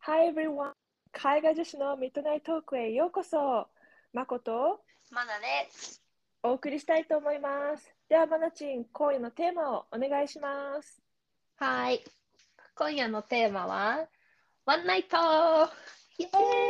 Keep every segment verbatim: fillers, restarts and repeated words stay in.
Hi everyone! 海外女子のミッドナイトトークへようこそ。まことまだね。 お送りしたいと思います。では、まなちん、今夜のテーマをお願いします。 はい。今夜のテーマは、ワンナイトイエ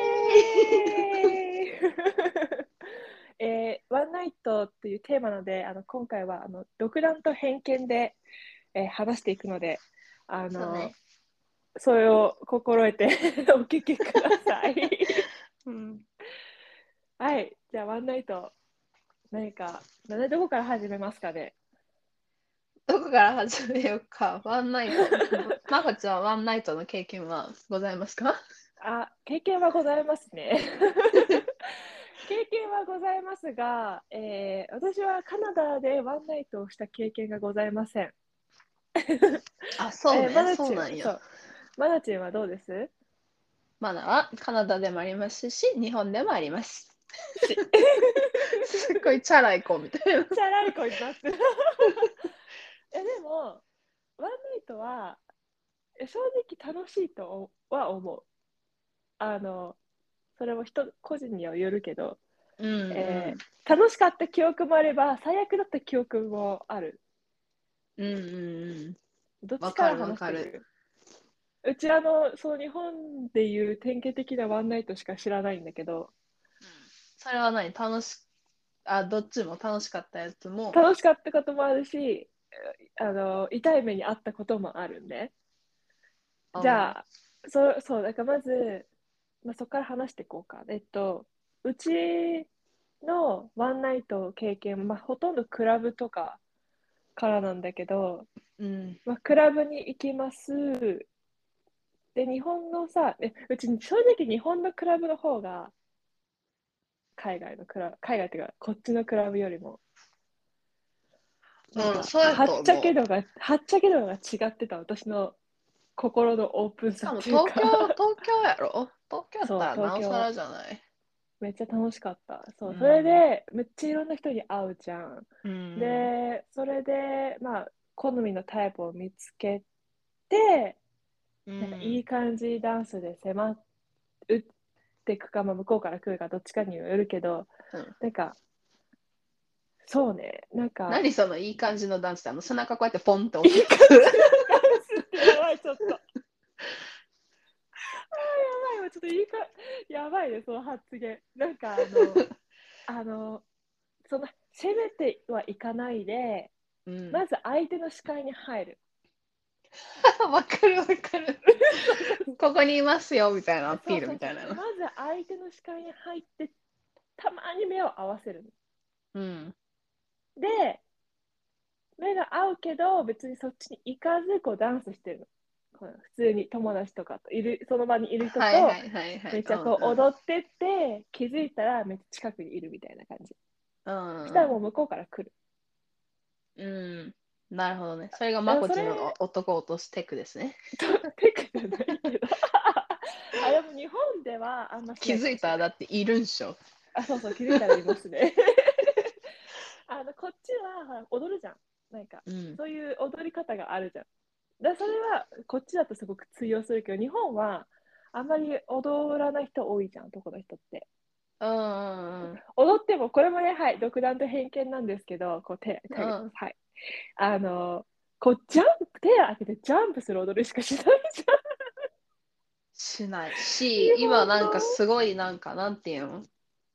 ーイイエーイえー、ワンナイトっていうテーマなので、あの今回はあの独断と偏見で、えー話していくので、あのそうね。 それを心得てお聞きください。 うん。 はい、じゃあワンナイト何か、どこから始めますかね。 どこから始めようか。ワンナイト。まこちゃんはワンナイトの経験はございますか？ あ、経験はございますね。経験はございますが、えー私はカナダでワンナイトをした経験がございません。 あ、そうえー、マね。 ナチンは、 そうなんや。 そう、マナチンはどうです？ まだはカナダでもありますし、日本でもあります。 しすっごいチャラい子みたいな。 チャラい子になってる。えでも、ワンナイトは正直楽しいとは思う。あの、それも人個人にはよるけど、 うんうえん。 ー楽しかった記憶もあれば、最悪だった記憶もある。 うんうんうん。 どっちからわかるわかる。 話していく？うちあの、そう日本でいう典型的なワンナイトしか知らないんだけど、 うん。それは何楽し、あ、どっちも楽しかったやつも。 楽しかったこともあるし、あの、痛い目にあったこともあるんで。 うん。 じゃあ、そう、そう、だからまず、まあ、そこから話していこうか。えっと、うちのワンナイト経験、まあ、ほとんどクラブとかからなんだけど、 うん。 まあ、クラブに行きます。で、日本のさ、えうち正直日本のクラブの方が海外のクラブ、海外っていうか、こっちのクラブよりも、なんうん、 か、 そうやはっちゃと思う。 け度が、はっちゃけ度が違ってた、私の心のオープンしかもさっていう東京、 か。 東京やろ？東京やったそう、 ら東京、 なおさらじゃない？ めっちゃ楽しかった。そう、それうん。 で、めっちゃいろんな人に会うじゃん。 うん。 で、それで、まあ、好みのタイプを見つけて、 うなんかいいん。 感じダンスで迫って打っていくか、まあ、向こうから来るかどっちかによるけど、 うん。 なんか、そうね、なんか、 何そのいい感じのダンスって、あの背中こうやってポンっていい押すや感じのダンスってやばい、ちょっと。あーやばいわ、ちょっといいか、やばいね、その発言。なんか、あの、 つ。 あの、その、攻めてはいかないで、 うん。 まず相手の視界に入る。 わかるわかる。 そうそうここにいますよみたいなアピールそうそうそう。で、 みたいなの。 まず相手の視界に入って、たまに目を合わせる。 うん。 で、目が合うけど、別にそっちに行かず、こうダンスしてるの。こう普通に友達とかといる、その場にいる人と、 はいはいはいはい。 めっちゃこうう踊ってって、気づいたらめっちゃ近くにいるみたいな感じ。 んそしたらうん。 もう向こうから来る。 うん。うん。なるほどね。それがまでもそれ、 こちの男を落とすテクですね。 とテクじゃないけど。あ、でも日本ではあんましないか気づいたもしれない。 らだっているんしょ。 あ、そうそう、気づいたらいますね。あの、こっちはほら踊るじゃん。なんか、 うん。 そういう踊り方があるじゃん。だそれはこっちだとすごく通用するけど、日本はあんまり踊らない人多いじゃん、男の人って。 うんうん踊っても、これもね、はい、独断と偏見なんですけど、こう手、 うん。 手、 うん。 はい。あの、こう、ジャンプ、手を開けてジャンプする踊りしかしないじゃん。 しない日し、今なんか本の、 すごいなんか、なんていうの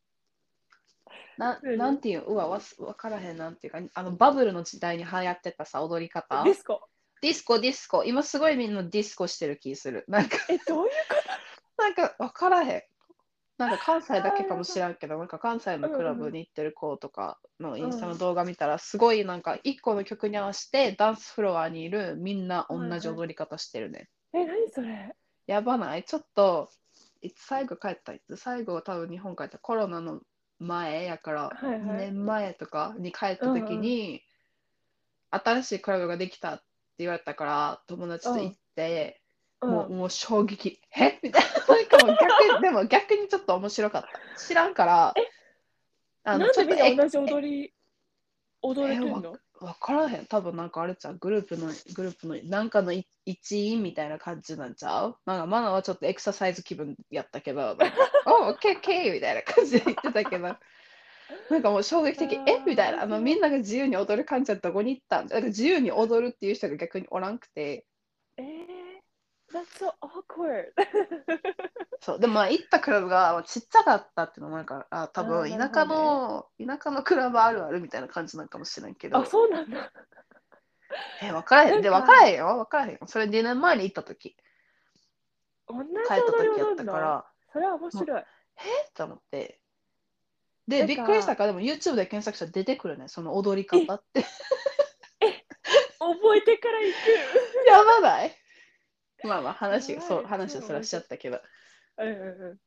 な、なん何ていうのうわ、わす、わからへん、なんていうか、あの、バブルの時代に流行ってたさ、踊り方。 ディスコ。 ディスコ、ディスコ。今すごいみんなディスコしてる気する。なんか、 え、どういうこと？ なんかわからへん。なんか関あ西だけかもーやばい。 しれんけど、なんか関西のクラブうんうんに行ってる子とかのインスタのうん。 動画見たら、すごいなんか一個の曲に合わせてダンスフロアにいるみんな同じはいはい。 踊り方してるね。 え、何それ？ やばない？ちょっと、いつ最後帰ったいつ最後多分日本帰ったコロナの前やから2 はいはい。 年前とかに帰った時うんうん。 に新しいクラブができたって言われたから友達と行っうんて、 うん。 もう、もう衝撃。えみたいな。なんかもう逆に、でも逆にちょっと面白かった。知らんから、 え、 あの、 なんでちょっとえ、 みんな同じえ、 踊り踊れえ、わ、 てんの？ わからへん。多分なんかあれちゃう。グループの、グループの、なんかのい一員みたいな感じなんちゃう。なんかマナはちょっとエクササイズ気分やったけど、なんか、おオッケーオッケーみたいな感じで言ってたけど、なんかもう衝撃あ的、えみー、 たいな。あの、み面白い。 んなが自由に踊る感じはどこに行ったんだ。なんか自由に踊るっていう人が逆におらんくて、 えー、that's so awkward. そう。でもまあ行ったクラブがちっちゃかったっていうのもなんか、あ、多ああ、なる分田舎ほどね。 の、田舎のクラブあるあるみたいな感じなんかもしれんけあ、 ど、 そうなんだ。 え、わからへん。 なんで、わからか、 へんよ。わからへんよ。それにねんまえに行った時、 同じ帰った踊り時やっ踊るの？ たから、 それは面もう、 白い。 えーと思って。で、 なんびっくりしたか、 から、でも YouTube で検索したら出てくるね、その踊りえ、 方って。 え、覚えてから行く。 やばない？まあまあ話が、そう、 やばい、超話をそらしちゃ面白い。 ったけど。 うんうんうん。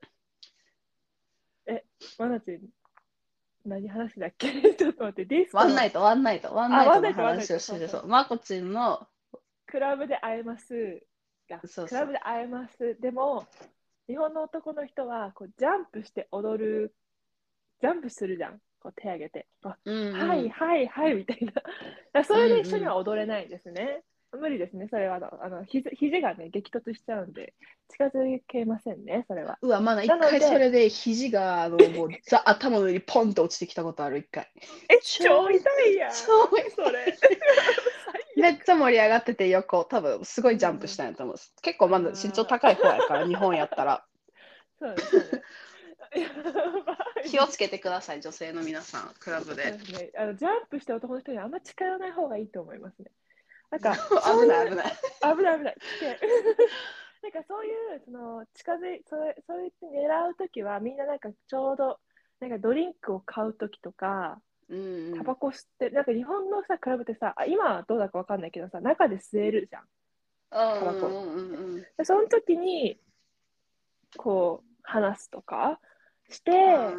え、マナチン、何話だっけ？ちょっと待って、ディスコの、 ワンナイト、ワンナイト、ワンあ、 ナイトのワンナイト、ワンナイト、 話をしてて、 そうそう。 そう、まこちんの、 クラブで会えますが、 そうそう。 クラブで会えます。でも、日本の男の人はこうジャンプして踊る、ジャンプするじゃん。こう手上げて。あ、 うんはいうん。 はいはいみたいな。だそうれで一緒にはんうん。 踊れないですね。無理ですね。それはあの、あのひ肘がね、激突しちゃうんで、近づけませんね、それは。 うわ、まだ一なので、 回それで肘が、あの、もう、ザ、頭の上にポンと落ちてきたことある、一回。 え、超超、 痛いやん、 超それ。 めっちゃ最悪。 盛り上がってて、横、多分すごいジャンプしうんうん。 たんやと思う。結構まだ身長あ高い方やから、日本やったら。 そうね、そうね。やばい。 気をつけてください、女性の皆さん、クラブで。 そうですね。あのジャンプして男の人にあんま近寄らない方がいいと思いますね。なんか、そういう、 危ない危ない。 危ない危ない、危険。なんかそういう、その、近づい、そうそう言って狙うときは、みんななんかちょうど、なんかドリンクを買うときとか、 うんうん。 タバコ吸って、なんか日本のさ、クラブってさ、あ、今はどうだかわかんないけどさ、中で吸えるじゃん、 うんタバコ。 うんうんうんうん。 でその時に、こう、話すとかして、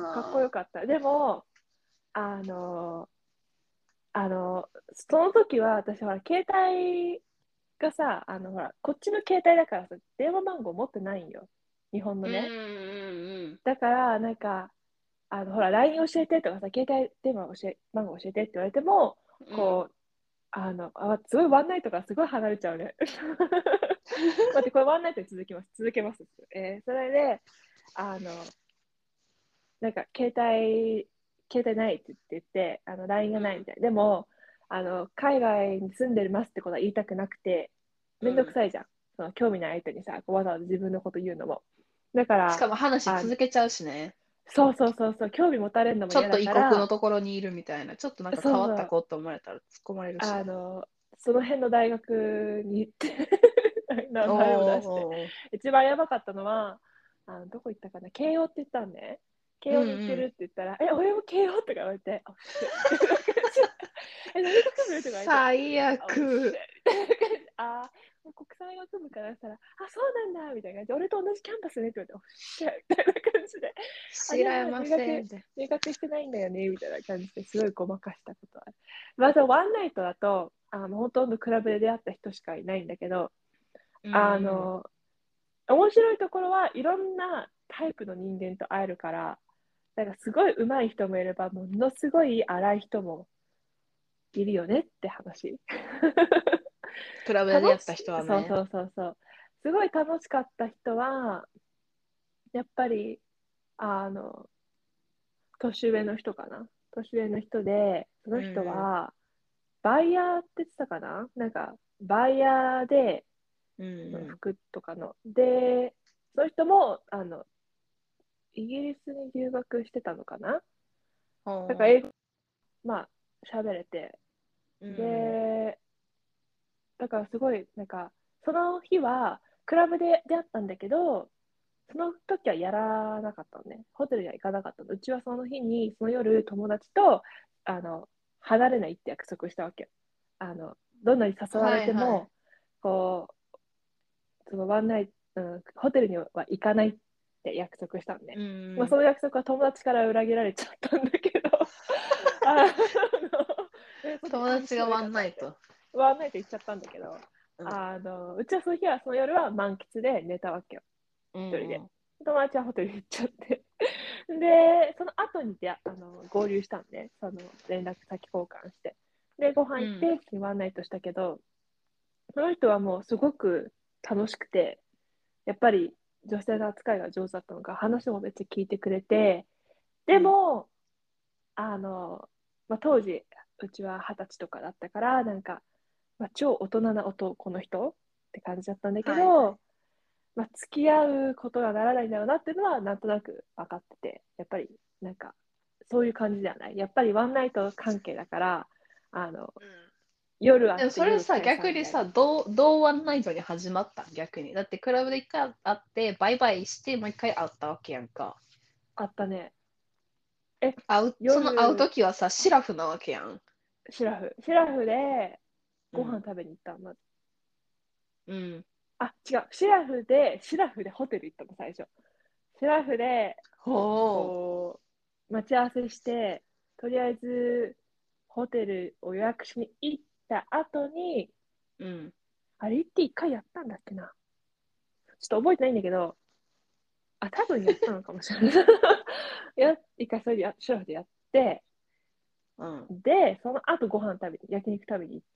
かっこよあかった。でも、あの、あの、その時は私は携帯がさ、あのほら、こっちの携帯だからさ、電話番号持ってないんよ。日本のーうんね。 うんうん。 だから、なんか、あのほら、ライン 教えてとかさ、携帯電話教え、番号教えてって言われても、 うん。 こう、あの、あ、すごいワンナイトがすごい離れちゃうね。待って、これワンナイトに続きます。続けます。えーそれで、あの、なんか、携帯、携帯ないって言って、あの、ライン がないみたいな。でも、あの、海外に住んでますってことは言いたくなくて、めんどくうん。 さいじゃん。その興味ない相手にさ、わざわざ自分のこと言うのも。だから、 しかも話あの、 続けちゃうしね。 そうそうそうそう、興味持たれるのも嫌ちょっと異国のだから、 ところにいるみたいな、ちょっとなんか変わったそうそう、 子と思われたら突っ込まれるしな。 あの、その辺の大学に行って名おー前を出して、 おーおー。 一番やばかったのは、あのどこ行ったかな、慶応って言ったんね。慶うん応に行ってうん。 るって言ったら、え、俺も慶応とか言われて、あ、シッみたいな感じで、え、何学部とか言われて、 最あ、シッ悪。 みたいな感じで、あ、国際学部からしたら、あ、そうなんだみたいな感じで、俺と同じキャンパスねって言われて、おっしゃみたいな感じで、あ、 知じゃあまだらま入学、 せんで。 入学してないんだよねみたいな感じですごいごまかしたことある。まずワンナイトだと、あのほとんどクラブで出会った人しかいないんだけど、 うんあうん。 の面白いところはいろんなタイプの人間と会えるから、なんかすごい上手い人もいれば、ものすごい荒い人もいるよねって話。 クラブで楽出会ったし人はね。 そうそうそうそう。すごい楽しかった人は、やっぱり、あの、年上の人かな。年上の人で、その人うんうん。 は、バイヤーって言ってたかな、なんか、バイヤーで、 うんそのうん。 服とかの。で、その人も、あの、イギリスに留学してたのかな。だからほ英語、まあ、喋れて。 う。うん。 で、だからすごい、なんか、その日は、クラブで出会ったんだけど、その時はやらなかったのね。ホテルには行かなかったの。うちはその日に、その夜、友達と、あの、離れないって約束したわけ。あの、どんなに誘われはいはい。 ても、こう、そのワンナイト、うん、ホテルには行かないって約束したのね。 うんまあ、 うん。 その約束は友達から裏切られちゃったんだけど、あの、えその時、あ、し友達がワてもよかったって。 ンナイト。 ワンナイト行っちゃったんだけど、 うん。 あの、うちはその日は、その夜は満喫で寝たわけよ。 う一人で。 んうん。 友達はホテルに行っちゃって。で、その後にであの合流したんね。その連絡先交換して。 で、ご飯行っうんて、ワンナイトしたけど、その人はもうすごく楽しくて、やっぱり女性の扱いが上手だったのか、話もめっちゃ聞いてくれて、でうんも、あの、まあ、当時、うちは二十歳とかだったから、なんか、まあ、超大人な男の人って感じだったんだけはいはい。 ど、まあ、付き合うことがならないんだろうなっていうのは、なんとなく分かってて、やっぱり、なんか、そういう感じじゃない。やっぱりワンナイト関係だから、あの、 うん、 夜会でもそれさ、 って夜解逆にさ、 散みたいな。 どう、どうワンナイトに始まったん逆に。だってクラブで一回会って、バイバイして、もう一回会ったわけやんか。 あったね。え、 会う、その会う夜、 時はさ、シラフなわけやん。 シラフ。シラフでうん。 ご飯食べに行ったまず。 うん。 あ、違う。シラフで、シラフでホテル行ったの、最初。シラフで、 ほこう、待ち合わせして、とりあえず、ホテルを予約しに行った後に、 う。うん。 あれ行って一回やったんだっけな。ちょっと覚えてないんだけど、あ、多分やったのかもしれない。や、一回それでや、シラフでやって、 うん。 で、その後ご飯食べて、焼肉食べに行って、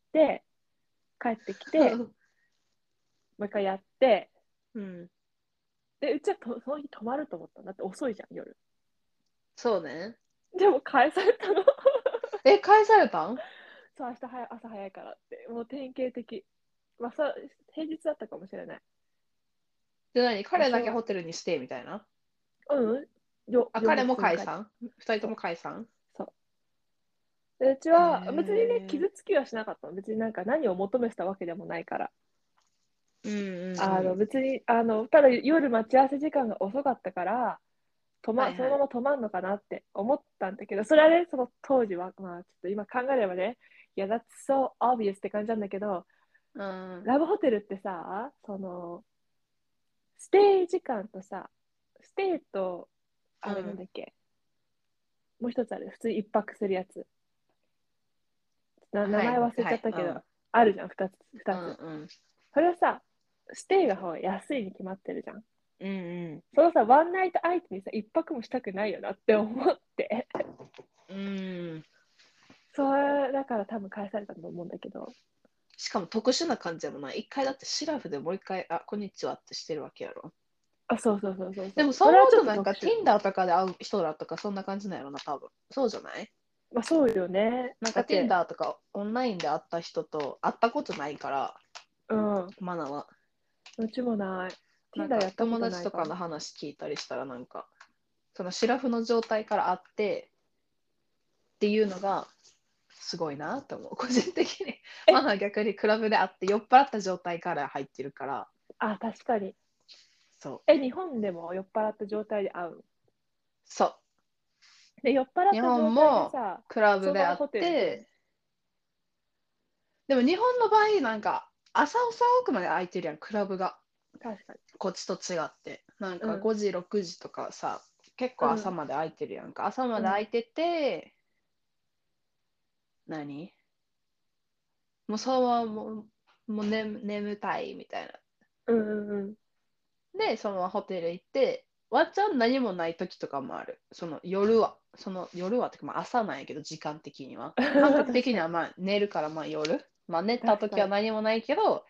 帰ってきて、もう一回やって、 うん。 で、うちはとその日泊まると思ったんだって遅いじゃん、夜。 そうね。 でも返されたの。 え、返されたん？ そう、明日早朝早いからって。もう典型的。まあ、さ、平日だったかもしれない。 で、何まあ、しょうが、 彼だけホテルにして、みたいな。 うん、よあ、 両方彼も普通に帰って。 解散二人とそう、 も解散？ そう。で、うちへは別にね、 え。 傷つきはしなかったの。別になんか何を求めてたわけでもないから。 うんうんあの、 うん。 別に、あの、ただ夜待ち合わせ時間が遅かったから、泊ま、そのまはいはい。 ま泊まるのかなって思ったんだけど、それはね、その当時は、まあ、ちょっと今考えればね、いや、that's so obvious って感じなんだけど、 うん。 ラブホテルってさ、その、ステイ時間とさ、ステイと、あれなんうん。 だっけ、もう一つある、普通に一泊するやつ。な名はい前忘れはい。 ちゃったけど、 うん。 あるじゃん、二つ、 う二つ。 んうん。 それはさ、ステイが方が安いに決まってるじゃん。 うんうんそのさ、ワンナイト相手にさ、一泊もしたくないよなって思って。 うーん。 それだから多分返されたと思うんだけど。 しかも特殊な感じでもない。一回だってシラフでもう一回、あ、こんにちはってしてるわけやろ。 あ、そうそうそうそうそう。 でもそうそれはちょっ思うとなんかと特殊。 Tinder とかで会う人らとかそんな感じなんやろな、多分。そうじゃない？ まあそうよね。 なんかだって、 Tinder とかオンラインで会った人と会ったことないから、 うん、 マナは。 うちもない。 なん Tinder やったこか友とないかも。 達とかの話聞いたりしたらなんか、そのシラフの状態から会ってっていうのがすごいなって思う。個人的に。 え、 マナは逆にクラブで会って酔っ払った状態から入ってるから、 あ、確かに。 そう。 え、日本でも酔っ払った状態で会う？ そう。 で、酔っ払っ日た状態で本もさ、 クラそのままホブであっテル行くの？ て、でも日本の場合なんか朝遅くまで空いてるやん、クラブが。 確かに。 こっちと違って。なんかうん、 ごじ、ろくじとかさ、結構朝うん、 まで空いてるやんか。朝まうん、 で空いてて、何もうそのままもう、もう眠眠たいみたいな。 うん、うん。 で、そのままホテル行って、ワンチャン何もない時とかもある。その夜は。その夜はってかまあ朝なんやけど、時間的には。感覚的確かに。 にはまあ寝るからまあ夜。まあ寝た確かに。 時は何もないけど、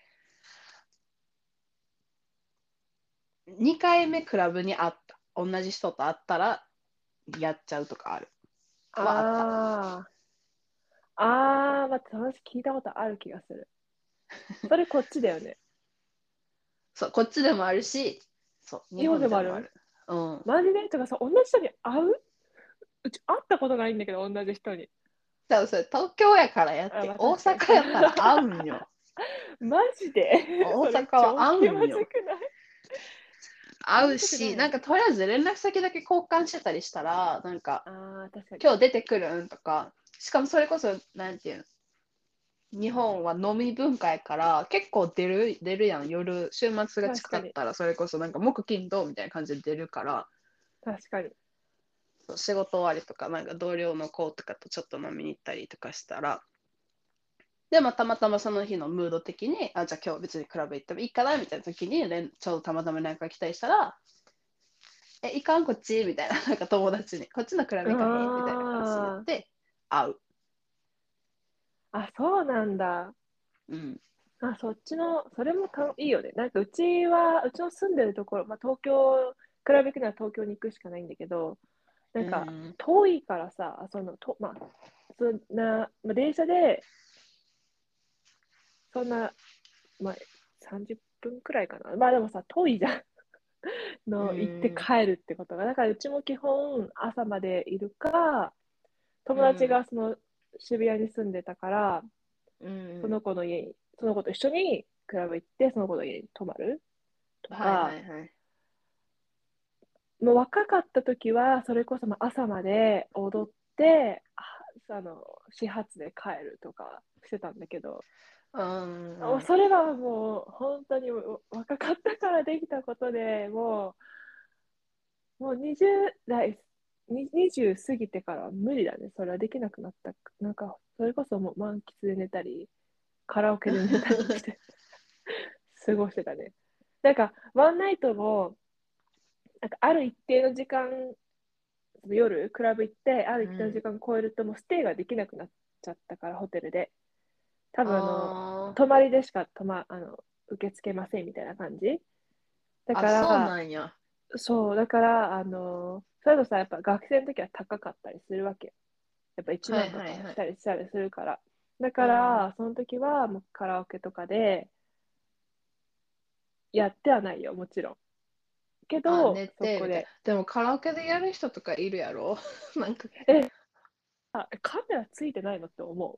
にかいめクラブに会った。同じ人と会ったらやっちゃうとかある。はあった。 ああ、ああ、待って、話聞いたことある気がする。それこっちだよね。 そう、こっちでもあるし、そう、日日本でもある？ 本でもある。うん。 マジでとかさ、同じ人に会う？うち会ったことないんだけど、同じ人に。 多分それ東京やからやっあ、 て、 まあ大確かにそう。 阪やったら会うんよ。 マジで大それ阪は会超気まうんよ。 ずくない？会い会うし、 たくないの？ なんかとりあえず連絡先だけ交換してたりしたら、なんか、 ああ、確かに。 今日出てくるんとか、しかもそれこそ、なんていうの、日本は飲み文化やから、結構出る、出るやん、夜、週末が近確かに。 かったら、それこそなんか木金土みたいな感じで出るから、 確かに。 そう仕事終わりとか、なんか同僚の子とかとちょっと飲みに行ったりとかしたら、で、まあ、たまたまその日のムード的に、あ、じゃあ今日別にクラブ行ってもいいかなみたいな時に、連ちょうどたまたま連絡が来たりしたら、え、いかんこっちみたいな、なんか友達に、こっちのクラブ行かへんみたいな感じで言っああ、 て、会う。 あ、そうなんだ。 うん。 あ、そっちの、それもたいいよね。なんかうちは、うちの住んでるところ、まあ、東京、比べてなら東京に行くしかないんだけど、なうんかん。 遠いからさ、その、と、まあ、そんな、まあ、電車で、そんな、まあ、さんじゅっぷんくらいかな。まあでもさ、遠いじゃん。 うの、行ってん。 帰るってことが。だからうちも基本朝までいるか、友達うん。 がその渋谷に住んでたから、 うん。 その子の家に、その子と一緒にクラブ行って、その子の家に泊まるとはいはか、 いはい。 もう若かった時は、それこそまあ朝まで踊って、ああの、始発で帰るとかしてたんだけど、 うんうん。 それはもう本当に若かったからできたことでもう、もうにじゅう代、ににじゅう過ぎてからは無理だね。それはできなくなった。なんか、それこそもう満喫で寝たり、カラオケで寝たりして過ごしてたね。なんか、ワンナイトも、なんかある一定の時間、夜、クラブ行って、ある一定の時うん。 間超えると、もうステイができなくなっちゃったから、ホテルで。多分あの、 あ泊まりでしか泊ま、あの、受け付けませんみたいな感じ。だあ。あ、そうから、 なんや。 そう、だから、あの、それとさ、やっぱ学生の時は高かったりするわけ。やっぱ1 はい万とはいはい。 かしたりしたりするから。だうん。 から、その時はもうカラオケとかでやってはないよ、もちろん。けあ、 ど、 寝て、みたいな。 そこで。 でもカラオケでやる人とかいるやろなんか、 え、あカメラついてないのって思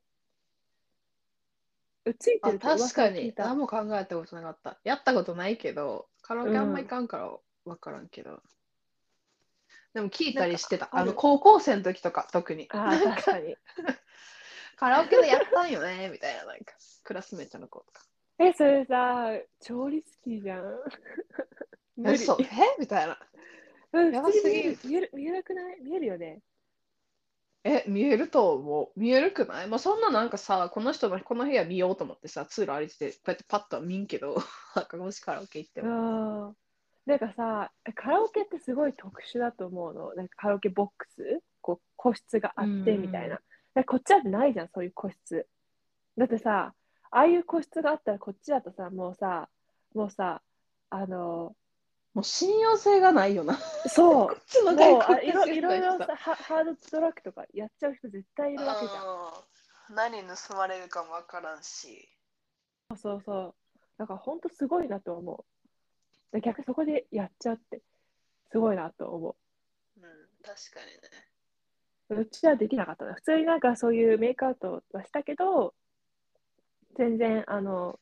う。えついてあ、 るって確かに。 噂で聞いた。 何も考えたことなかった。やったことないけど、カラオケあんま行うん。 かんからわからんけど。でも聞いなんか、 たりしてた。あの、 ある。 高校生の時とか、特に。 ああ、 なんか、 確かに。 カラオケでやったんよね、みたいな、なんか、クラスメイトの子とか。 え、それさ、超リスキーじゃん。無理。 え、そう、えみたいな。 うん、普や通に見える、 ばすぎる。 見える、見えなくない見えるよね。 え、見えると思う。見えるくない？まあ、そんななんかさ、この人のこの部屋見ようと思ってさ、通路歩いてて、こうやってパッとは見んけど、なんかもしカラオケ行ってうも。 ん。なんかさ、カラオケってすごい特殊だと思うの。なんかカラオケボックス、こう個室があうってみたいん。 な。なんかこっちだってないじゃん、そういう個室。だってさ、ああいう個室があったらこっちだとさ、もうさ、もうさ、あの、 もう信用性がないよな。こそっちのう、もうあ外国いろい人の人。 ろいろさ、ハハードドラッグとかやっちゃう人絶対いるわけじゃん。 うん。何盗まれるかもわからんし。 そうそうそう。だから本当すごいなと思う。逆にそこでやっちゃうってすごいなと思うん、確かにね。 う。うちはできなかったな。普通になんかそういうメイクアウトはしたけど、全然、あの、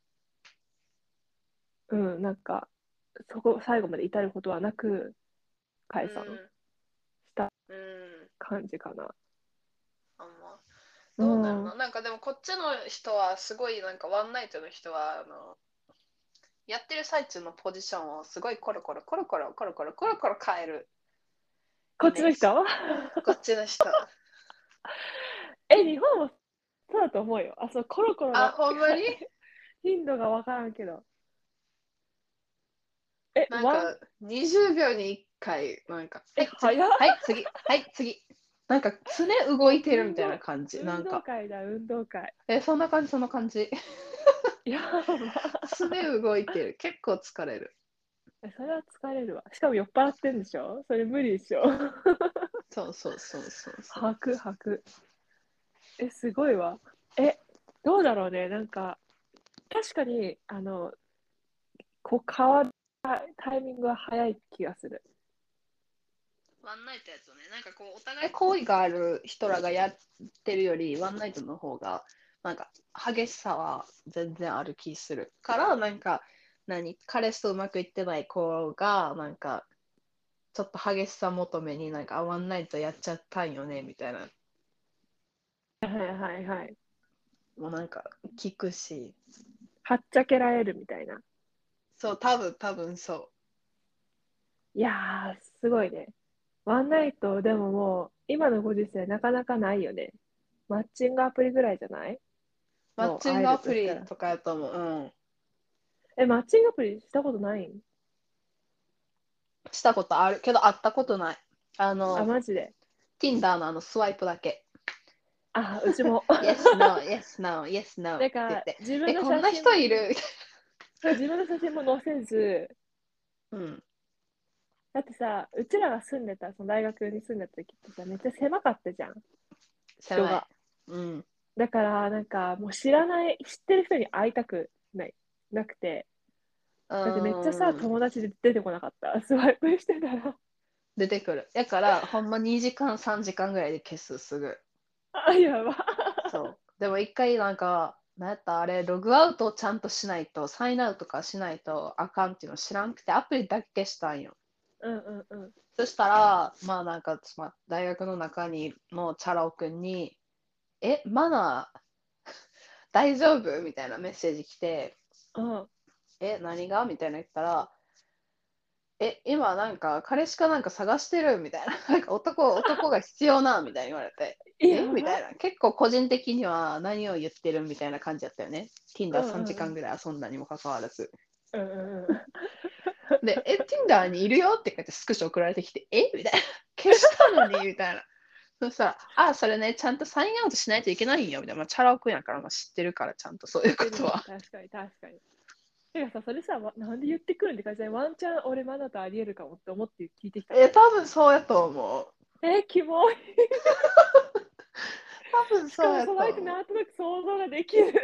うん、なんか、そこ、最後まで至ることはなく、解散したうん。うん。 感じかな。 あんま。 うん。 どうなるの？なんかでもこっちの人はすごいなんかワンナイトの人はあのやってる最中のポジションをすごいコロコロコロコロコロコロコロコロ変えるこっちの人イメージ。こっちの人。 え、日本もそうだと思うよ。あ、そう、コロコロあ、 が、 ほんまに？ 頻度がわからんけど。え、ワン、 なんかにじゅうびょうにいっかいなんかはえ、 い次早っ。 はい次はい次なんか常動もういてるみたいな運動、 感じ。な運んか動会だ、運動会。 えそんな感じそんな感じ。 やば。 常動いてる。結構疲れる。 えそれは疲れるわ。しかも酔っ払ってんでしょそれ無理でしょ。 そうそうそうそうそう。 吐く、吐く。え、すごいわ。え、どうだろうね。なんか、確かに、あの、こう変わるタイミングは早い気がする。 ワンナイトやつをね、なんかこう、お互い好意がある人らがやってるより、ワンナイトの方が、なんか、激しさは全然ある気する。から、なんか、何、彼氏とうまくいってない子が、なんか、ちょっと激しさ求めに、なんか、あワンナイトやっちゃったんよね、みたいな。 はいはいはい。 もうなんか、聞くし。 はっちゃけられるみたいな。 そう、多分、多分そいやー、すごいね。ワンナイト、でももう、今のご時世なかなかないよね。マッチングアプリぐらいじゃない？ う。マッもう会えるチングアプとしたら。 リとかやと思う。うん。 え、マッチングアプリしたことないん？ したことあるけど、会ったことない。ああ、 の、 マジで。 Tinder のあの、スワイプだけ。 あ、うちも。 yes, no, yes, no, yes, no ってなんか、 言って、え、 自分のこんな写真、 人いるそう自分の写真も載せず、 うん、 だってさ、うちらが住んでた、その大学に住んでた時ってさ、めっちゃ狭かったじゃん、人狭い。 が。 うん。 だから、なんか、もう知らない、知ってる人に会いたくない、なくて、 うだってめっちゃさ、 ーん。 友達で出てこなかった。スワイプしてたら。 出てくる。だから、ほんまにじかん、さんじかんぐらいで消す、すぐ。 あ、やば。 そう。でも一回なんか、なんやったあれ、ログアウトをちゃんとしないと、サインアウトとかしないとあかんっていうの知らんくて、アプリだけ消したんよ。 うんうんうん。 そしたら、まあなんか、まあ、大学の中にのチャラ男くんに、え、マナー大丈夫みたいなメッセージ来て、 うん。 え、何がみたいな言ったら、え、今なんか彼氏かなんか探してるみたいな。なんか男、男が必要なみたいに言われて。えみたやば。 いな。結構個人的には何を言ってるみたいな感じだったよね。 う Tinder3 時んうん間ぐらい遊んだにもかかわらず。 うん。うんうんうん。 で、え、Tinder にいるよって書いてスクショ送られてきて、えみたいな。消したのにみたいな。そしたら、あ、それね、ちゃんとサインアウトしないといけないんよみたいな。まあ、チャラ男やから、まあ、知ってるから、ちゃんとそういう知ってるんだ。 ことは。 確かに確かに。てかさ、それさ、わなんで言ってくるんって感じで、ワンチャン俺まだとありえるかもって思って聞いてきたの。 え、多分そうやと思う。 えー、キモい。 多分しかそうやもその相手と思う。 なんとなく想像ができる。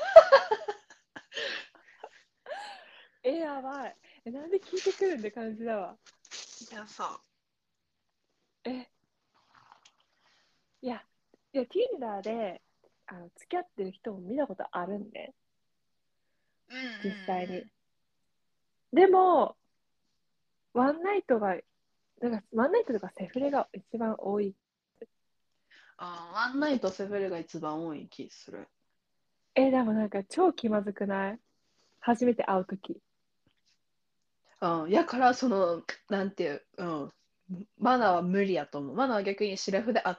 え、やばい。え、なんで聞いてくるんって感じだわ。 いや、そう。 え、いや、いや、Tinder であの付き合ってる人も見たことあるんで、 うんうんうん。 実際に。でも、ワンナイトが、なんかワンナイトとかセフレが一番多い。 あー、ワンナイトセフレが一番多い気する。 え、でもなんか超気まずくない？初めて会うとき。 うん、やからその、なんていう、うん、マナーは無理やと思う。マナーは逆にシラフであって、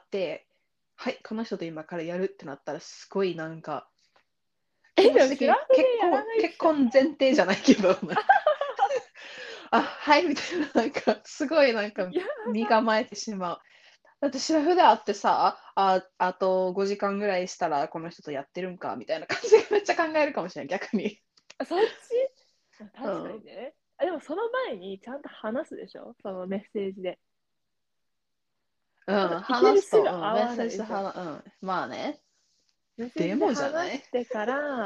はい、この人と今からやるってなったら、すごいなんか、 え、 気持ち的にでもシラフでやら結婚、結ないっしょ。 婚前提じゃないけど、あ、はいみたいな、なんか、すごいなんか、 や身ば。 構えてしまう。だってシラフであってさ、あ、あとごじかんぐらいしたらこの人とやってるんかみたいな感じでめっちゃ考えるかもしれない、逆に。 そっち、まあ確かにうん。 ね。あでもその前にちゃんと話すでしょ、そのメッセージで。 うん、 いきなり話すと、うん、 すぐ会メッセージわないでしょ。 で話、うん、まあね。 メッセージででもじゃな話いしてから、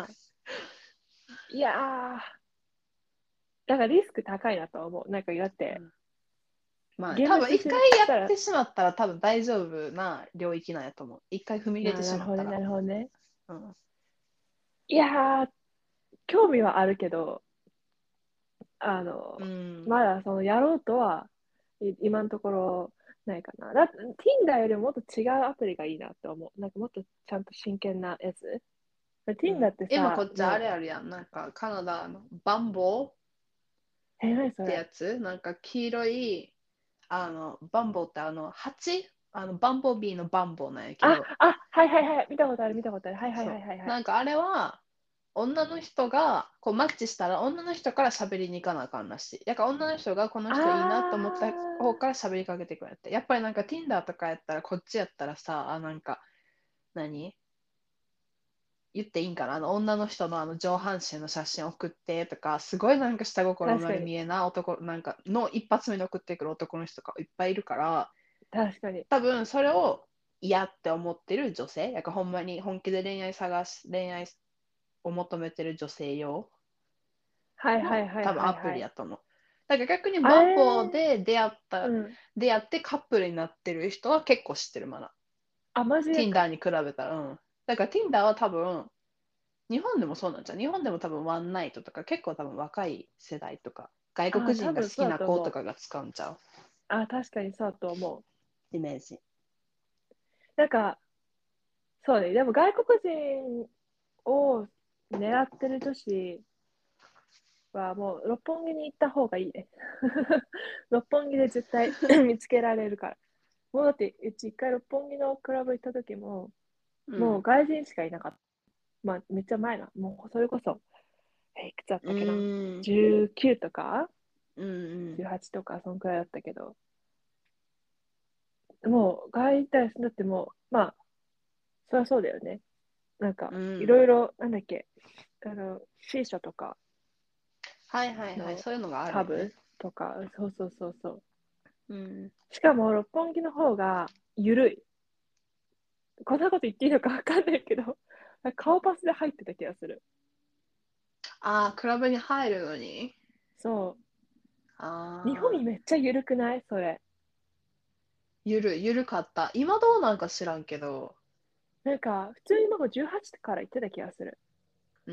いやー、だからリスク高いなと思う。なんかだって、 うん、まあね、 幻多分一回滅しやたら、 ってしまったら多分大丈夫な領域なんやと思う。一回踏み入れてななるほどね、 しまったら。 なるほどね。 うん。 いやー、興味はあるけど、あの、 うん。 まだそのやろうとはい今のところないかな。だって Tinder よりももっと違うアプリがいいなって思う。なんかもっとちゃんと真剣なやつ。 う Tinder っん、今こてさ、 っちあもれあるやん。なんかカナダのバンボーっう、え、何そてれ。 やつなんか黄色い、あの、バンボーってあの、蜂あの、バンボービーのバンボーなんやけあ、 ど、 あ、はいはいはい。見たことある、見たことある。はいはいそう。 はいはいはい。 なんかあれは、女の人がこうマッチしたら女の人から喋りに行かなあかんらしい。だから女の人がこの人いいなと思った方あから喋りかけてくれって。やっぱりなんか Tinder とかやったらこっちやったらさ、あ、なんか何言っていいんかなあの女の人のあの上半身の写真送ってとか、すごいなんか下ー、 心生確かに、 まれ見えな男なんかの一発目に送ってくる男の人がいっぱいいるから、 確かに。 多分それを嫌って思ってる女性、やからほんまに本気で恋愛探し、恋愛を求めてる女性用はいはのいはい多分アプはいはい。 リやと思う。だから逆にあバンボーれで出会っー、 た、 うん。 出会ってカップルになってる人は結構知ってるまだ。 あ、マジでか。 Tinder に比べたら、うん。だから Tinder は多分、日本でもそうなんじゃう。日本でも多分ワンナイトとか結構多分若い世代とか、外あ、 国人が好多分そうきな子だと思う。 とかが使うんちゃうあ、確かにそうだと思う。 イメージ。 なんか、そうね。でも外国人を狙ってる女子はもう六本木に行った方がいいね。六本木で絶対見つけられるから。もうだって、うち一回六本木のクラブ行った時も、 うん。 もう外人しかいなかった。まあ、めっちゃ前な。もうそれこそ、え、いくつだっうたっけな。 ーん。 じゅうきゅうとかうんうん。 じゅうはち とか、そんくらいだったけど、もう外人だってもう、まあ、 そりゃそうだよね。なんか、 うん。 いろいろ、なんだっけ、あの、シーシャとかはいはいはい。 のそういうのがあるよね。 パブとか、そうそうそうそう。 うん。 しかも、六本木の方が緩い。こんなこと言っていいのかわかんないけど、顔パスで入ってた気がする。 ああ、クラブに入るのに。 そう。日ああ、 本めっちゃ緩くないそれ。 ゆる、ゆるかった。今どうなんか知らんけど。 なんか、普通にもうじゅうはちから言ってた気がする。 うん。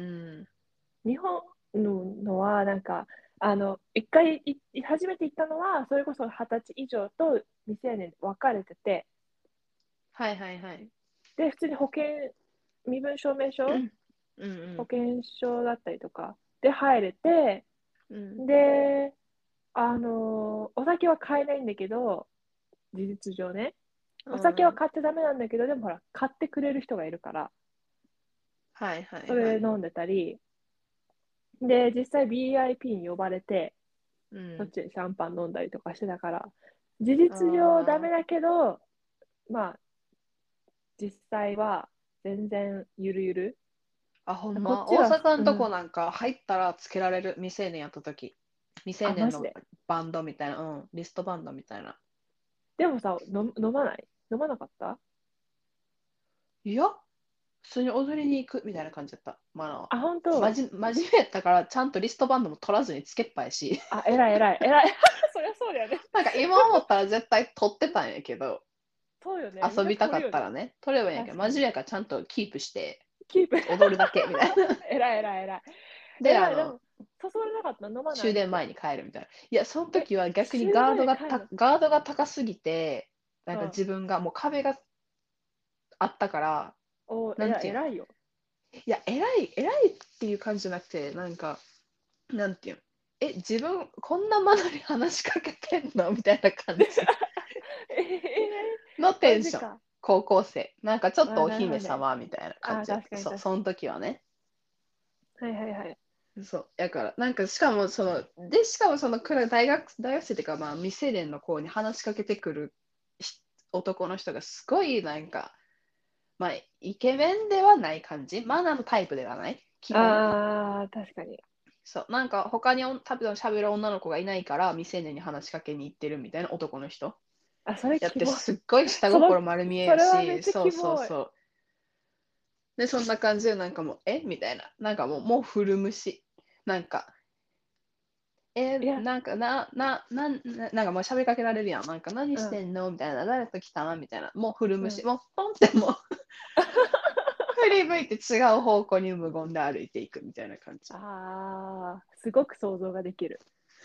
日本ののは、なんか、あの、一回い、い初めて行ったのは、それこそはたち以上と未成年分かれてて、 はいはいはい。 で、普通に保険、身分証明書、 うんうん保険証だったりとかで入れて、 うん。 で、あの、お酒は買えないんだけど、事実上ね。お酒はうん。 買ってダメなんだけど、でもほら、買ってくれる人がいるから、 はいはいそはい。 れで飲んでたり、で、実際 ビーアイピー に呼ばれて、 うん。 そっちでシャンパン飲んだりとかしてたから、事実上ダあメだけど、まあ、実際は全然ゆるゆる。 あ。あ、ほんま。大こっちは、 阪のとこうん。 なんか入ったらつけられる。未成年やったとき。未成あ、マ年のジで。 バンドみたいな。うん。リストバンドみたいな。 でもさ、飲飲まない飲まなかった？ いや、普通に踊りに行くみたいな感じだった。マナは。 あ、本当？ まじ、真面目やったから、ちゃんとリストバンドも取らずにつけっぱいし。 あ、偉い偉い偉い。そりゃそうだよね。 なんか今思ったら絶対取ってたんやけど、 そうよね。みんな遊びたか取るよね。 ったらね、取ればいいんやけど、 確かに。 真面目やからちゃんとキープして、 キープ。 踊るだけみたいな。 偉い偉い偉い。 で、あ偉い。での、 も、誘われなかったの飲まないって。 終電前に帰るみたいな。いや、そのえ、 時は逆に終電ガードが前で帰るの？ たガードが高すぎて、なんかうん。 自分がもう壁があったから、 お、偉い、 なんていうん、 偉いよ。 いや、偉い、偉いっていう感じじゃなくて、なんか、なんていうん、え、自分こんなマナに話しかけてんのみたいな感じええのテンション。 マジか。 高校生。なんかちょっとあ、 おなるほどね。 姫様みたいな感あ、 じだった。 確かにそう、その確かに。 時はね。 はいはいはい。 そう。だから、なんかしかもその、で、しかもそのくら大学、大学生っていうか、まあ未成年の子に話しかけてくるひ男の人がすごいなんか、まあイケメンではない感じ。マナのタイプではない。基本。 ああ、確かに。 そう。なんか他にお多分喋る女の子がいないから未成年に話しかけに行ってるみたいな男の人。 あ、それやってキモい。 すっごい下その、 心丸見えそやし、 れはめっちゃそうそうキモい。 そう。で、そんな感じでなんかもう、えみたいな。なんかもう、もう古虫。なんか、えいや、 なんかな、な、なん、ななんかもう喋りかけられるやん。なんか何うん、 してんのみたいな。誰と来たのみたいな。もう古虫。 うん。 もうポンってもう振り向いて違う方向に無言で歩いていくみたいな感じ。 ああ、すごく想像ができる。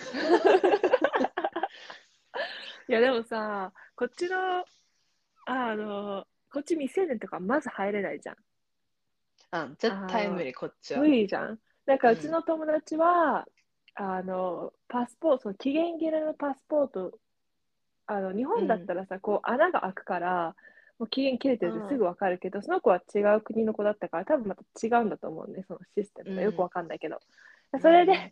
いや、でもさ、こっちの、あの、こっち未成年とかまず入れないじゃん。 うん、 あ絶対無の、 理、こっち無は。 理じゃん。なんかうちうん。 の友達は、あの、パスポート、その期限切れのパスポート、あの、日本だっうん。 たらさ、こう穴が開くから、もう期限切れてうん。 るってすぐわかるけど、その子は違う国の子だったから、多分また違うんだと思うね、そのシステムがよくわうん。 かんないけど。 うん。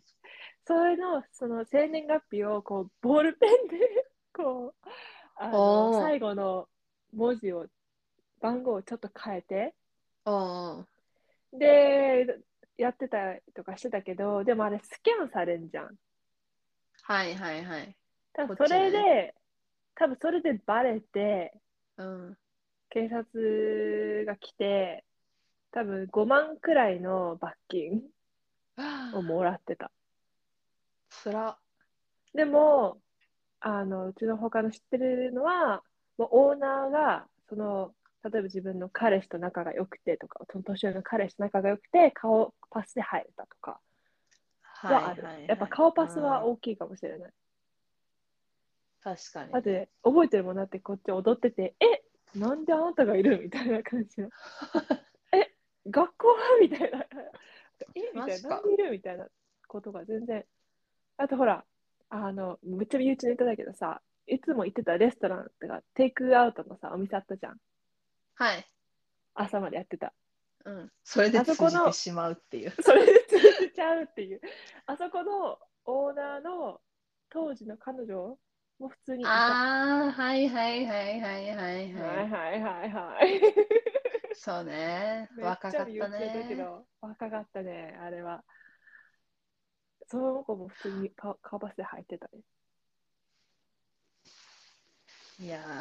それで、それの、その生年月日を、こう、ボールペンでこう、あの、 おー。 最後の文字を、番号をちょっと変えて、 おー。 で、やってたりとかしてたけど、でもあれスキャンされんじゃん。 はいはいはい。こっ多分そちね。 れで、多分それでバレて、 うん。 警察が来て、多分ごまんくらいの罰金をもらってた。 つら。 でも、あの、うちの他の知ってるのは、もうオーナーが、その、例えば自分の彼氏と仲が良くてとか、その年上の彼氏と仲が良くて、顔パスで入れたとかはいはある。やっぱはいはい。 顔パスはうん。 大きいかもしれない。 確かにね。 だって、覚えてるもんだってこっち踊ってて、え、なんであなたがいるみたいな感じの。え、学校はみたいな。えみたいな。なんマジか。 でいるみたいなことが全然。あとほら、あの、めっちゃ身内ネタだけどさ、いつも行ってたレストランとか、テイクアウトのさ、お店あったじゃん。 はい。 朝までやってた。 うん。それであそ通この、 じてしまうっていう。 それで通じちゃうっていう。あそこのオーナーの当時の彼女も普通にいた。 ああ、はいはいはいはいはいはい。 はいはいはいはい。 そうね。 めっ若かったちゃ身内だけね。 ど、若かったね、あれは。その子も普通にカカバスで入ってたね。 いや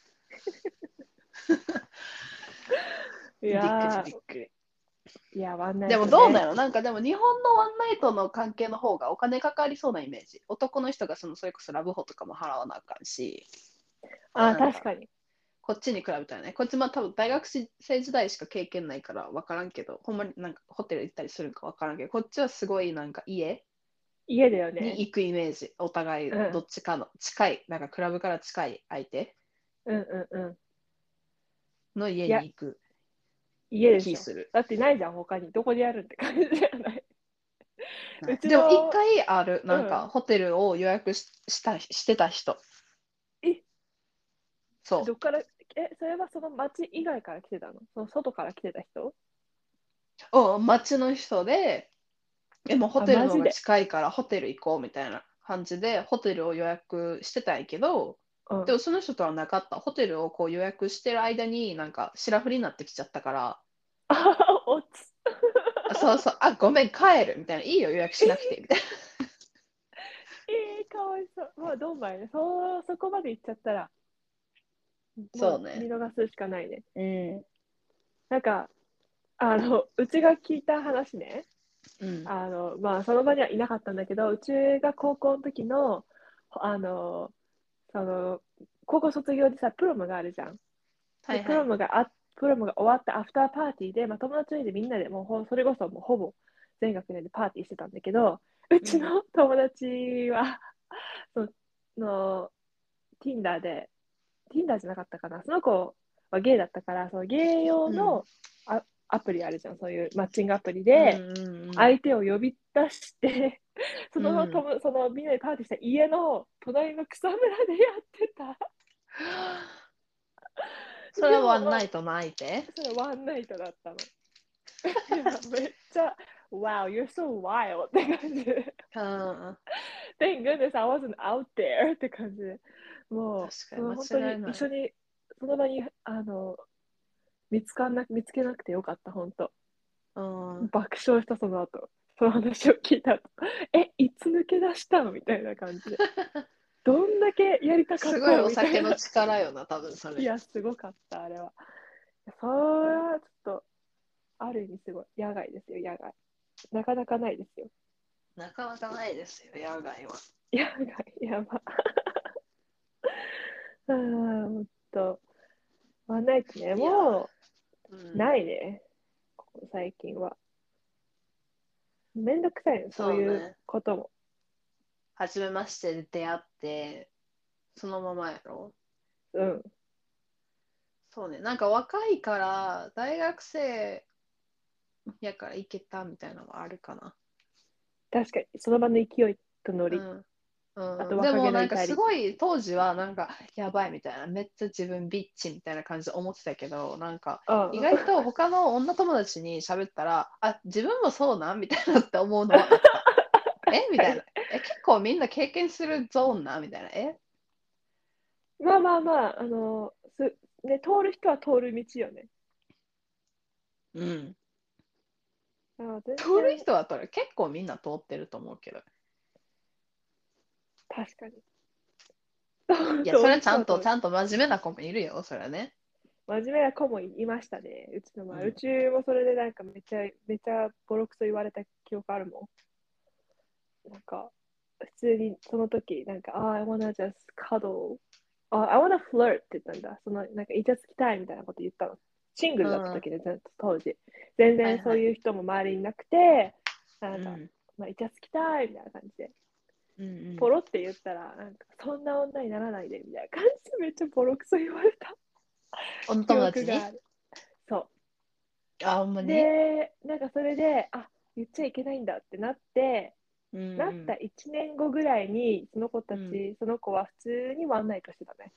いー、びっくりやびっくり。 ー、いや、ワンナでイトね。 もどうだろう、なんかでも日本のワンナイトの関係の方がお金かかりそうなイメージ。男の人がそのそれこそラブホとかも払わなあかんし、 あ、 なんか確かに。 こっちに比べたらね、こっちまあ多分大学生時代しか経験ないから分からんけど、ほんまになんかホテル行ったりするか分からんけど、こっちはすごいなんか家家だよね。 に行くイメージ。お互いうん、 どっちかの近い、なんかクラブから近い相手うん、うん、うん。 の家いや、 に行く家でしょ。 気する。 だってないじゃん、他に。どこでやるって感じじゃない。うちでも一の、 回ある、なんかうん。 ホテルを予約ししたしてた人。 え、 そう。 どっから、え、それはその町以外から来てたの？その外から来てた人？ を町の人で、でもホあ、 テルの方がマジで。 近いからホテル行こうみたいな感じでホテルを予約してたんやけど、 うん。 でもその人とはなかった。ホテルをこう予約してる間になんか白振りになってきちゃったから、 あ、おつ。 あそうそう、あ、ごめん、帰るみたいな、いいよ、予約しなくてみたいな。 えー、かわいそう。まあ、どんまいね。そ、そこまで行っちゃったら、もう見そうね。 逃すしかないね。 うん。 なんか、あの、うちが聞いた話ね。 うん。 あの、まあ、その場にはいなかったんだけど、うちが高校の時の、あの、その、高校卒業でさ、プロムがあるじゃん。で、プはいはい。 ロムがあ、プロムが終わったアフターパーティーで、まあ、友達の家でみんなでもうほ、それこそもうほぼ全学年でパーティーしてたんだけど、うちうん。 の友達は、その、Tinder で、Tinder じゃなかったかな、その子はゲイだったから、そのゲイ用うん。 のアアプリあるじゃん、そういうマッチングアプリうで、 ん。 相手を呼び出して、そうん。 の、 うん。 ともそのみんなでパーティーした家の隣の草むらでやってた。 それはワでも、まあ、 ンナイトの相手。 それワンナイトだったの。いや、めっちゃ、Wow, you're so wild って感じで。 うん。 Thank goodness I wasn't out there って感じで。もう、そ確かにの本当に間違いない。 一緒に、その場に、あの、見つかんな、見つけなくてよかった、本当。 うん。 爆笑した、その後。その話を聞いた後。え、いつ抜け出したのみたいな感じで。どんだけやりたかっすごいたのお酒のみたいな。 力よな、多分それ。 いや、すごかった、あれは。それはちょっと、ある意味すごい。野外ですよ、野外。なかなかないですよ。 なかなかないですよ、野外は。 野外、やば。あーほんと。ワンナイトね、 いや、 もう、 うん。 ないね。ここ最近は。めんどくさいね、そういうそうね。 ことも。 初めましてで出会って、そのままやろ。 うん。 そうね。なんか若いから、大学生やから行けたみたいなのはあるかな。 確かに、その場の勢いとノリ。 うん。うん、であと若気もなんかの至り。 すごい当時はなんかやばいみたいな、めっちゃ自分ビッチみたいな感じで思ってたけど、なんかうん。 意外と他の女友達に喋ったら、あ、自分もそうなんみたいなって思うのはあった。えみたいな。え、結構みんな経験するゾーンなみたいな。えまあまあまあ、あの、す、ね、通る人は通る道よね。 うん。 あ全通る然、 人は通る。結構みんな通ってると思うけど。 確かに。 いや、そ通れはちゃんと、ちる人は通る。 ゃんと真面目な子もいるよ、それはね。 真面目な子もいましたね。うちの前。ううん。 ちもそれでなんかめちゃめちゃボロクソ言われた記憶あるもん。なんか、普通にその時、なんか、あ、I wanna just cuddle. あ、I wanna flirt って言ったんだ。その、なんか、イチャつきたいみたいなこと言ったの。シングルだったうん。 時で、ずっと当時。全然そうはいはい。 いう人も周りにいなくて、なんか、 うん。 まあ、イチャつきたいみたいな感じで。 うんうん。 ポロって言ったら、なんか、そんな女にならないで、みたいな感じでめっちゃボロクソ言われた女記友達に。 憶がある。そあ、ほんまう。 に。 で、なんかそれで、あ、言っちゃいけないんだってなって、 うんなったいちねんごぐらいに、その子うん。うん。 たち、その子は普通にワンナイトしてたね。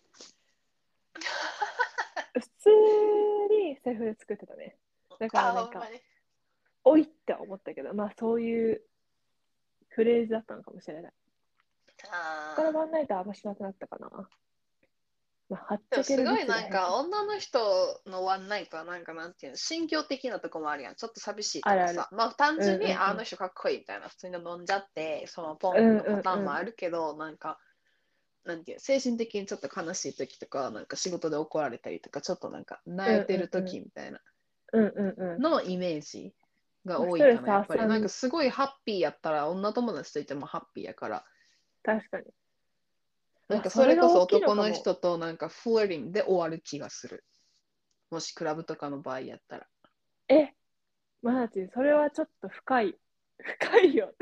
普通にセフレ作ってたね。だからあ、 なんか、 ほんまに。 おいって思ったけど、まあそういうフレーズだったのかもしれない。そこからああ。 ワンナイトはあんましなくなったかな。 まあ、はっでもちゃけるすごい率が変化。 なんか女の人のワンナイトはなんかなんていうの、心境的なとこもあるやん。ちょっと寂しいあるある。 とかさ。まあ単うん純にうんうん。 あの人かっこいいみたいな普通に飲んじゃってそのポうんンのパターンもあうんうん。 るけど、なんかなんていう精神的にちょっと悲しい時とか、なんか仕事で怒られたりとか、ちょっとなんかうん泣いてるうんうん。 時みたいなうんうんうん。 のイメージがまあ、ス多いかな、やトレス発っぱり。なんか散、 すごいハッピーやったら女友達といてもハッピーやから、 確かに。うわ、 なんかそれが大それこそきいのかも。 男の人となんかフレーリングで終わる気がする。もしクラブとかの場合やったら。 え、マナティン、それはちょっと深い。深いよ。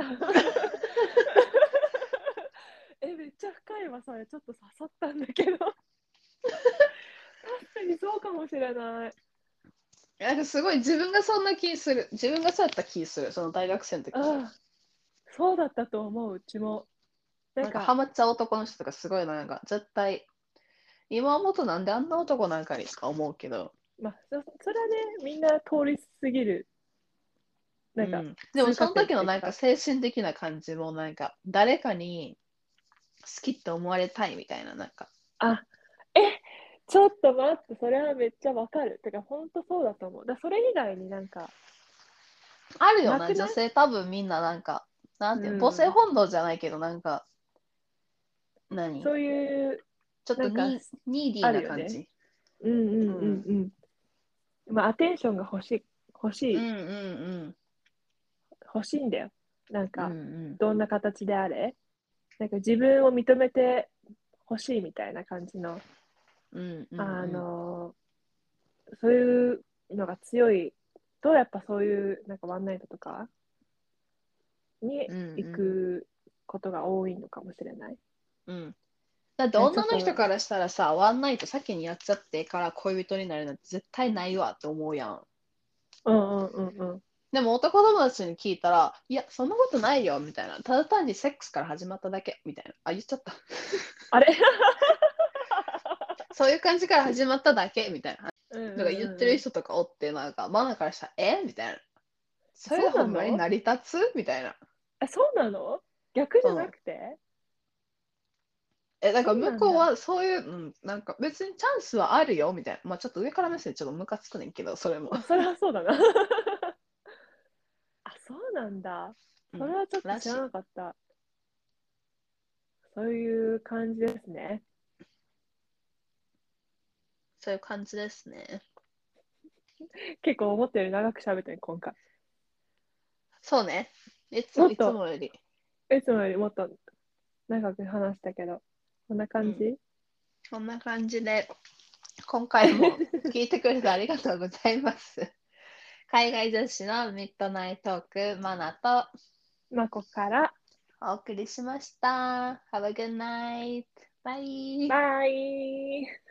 え、めっちゃ深いわ、それ。ちょっと刺さったんだけど。確かにそうかもしれない。 なんかすごい自分がそんな気する。自分がそうやった気する。その大学生の時に。 ああ、そうだったと思う、うちも。なんなんかハか、 マっちゃう男の人とかすごいなんか絶対、今思うとなんであんな男なんかにとか思うけど、 まあ、そそれはね、みんな通り過ぎる、なんか、 うん。でも通過その時のなんか点っていうか、 精神的な感じもなんか誰かに好きって思われたいみたいな、なんか。 あ、え、ちょっと待って、それはめっちゃわかる。てか、ほんとそうだと思う。だそれ以外になんか、 あるよな、 なくない？ 女性多分みんななんか、なんうていうの、母性ん。 本能じゃないけどなんか、何そういう、 ちょっとなんか、 ニニーディーあるよね。 な感じ。 うんうんうんうん。 うん。まあ、アテンションが欲しい、欲しい、 うんうん欲しいんだよ。なんうん。うか、 んどんな形であれ。なんか自分を認めて欲しいみたいな感じの、 うん。うんうんあうん。 のそういうのが強いと、やっぱそういう、なんかワンナイトとかにうん行うん。 くことが多いのかもしれない。 うん。だってえ、ちょっと、 女の人からしたらさ、ワンナイト先にやっちゃってから恋人になるなんて絶対ないわって思うやん。 うんうんうんうん。 でも男友達に聞いたら、いや、そんなことないよ、みたいな。ただ単にセックスから始まっただけ、みたいな。あ、言っちゃった。 あれそういう感じから始まっただけ、みたいな。 うんうんなんか言ってうんうる人とかおって、なんか、マナからしたら、えみたいな。 ん。 それそうほんまになの？ 成り立つみたいな。 え、そうなの？逆じゃなうん。 くて？ え、だからそうなんだ。 向こうはそういう、うん、なんか別にチャンスはあるよ、みたいな。まあちょっと上から目線ちょっとムカつくねんけど、それも。 まあ、それはそうだな。あ、そうなんだ。 うん。 それはちょっと知ららしい。 なかった。そういう感じですね。 そういう感じですね。 結構思ったより長く喋ってる、今回。 そうね。いつも、いつもっと、 もより。 いつもよりもっと長く話したけど、こんなうん。 感じ？ こんな感じで、今回も聞いてくれてありがとうございます。海外女子のミッドナイトーク、マナとまこから、 お送りしました。Have a good night. Bye. バイ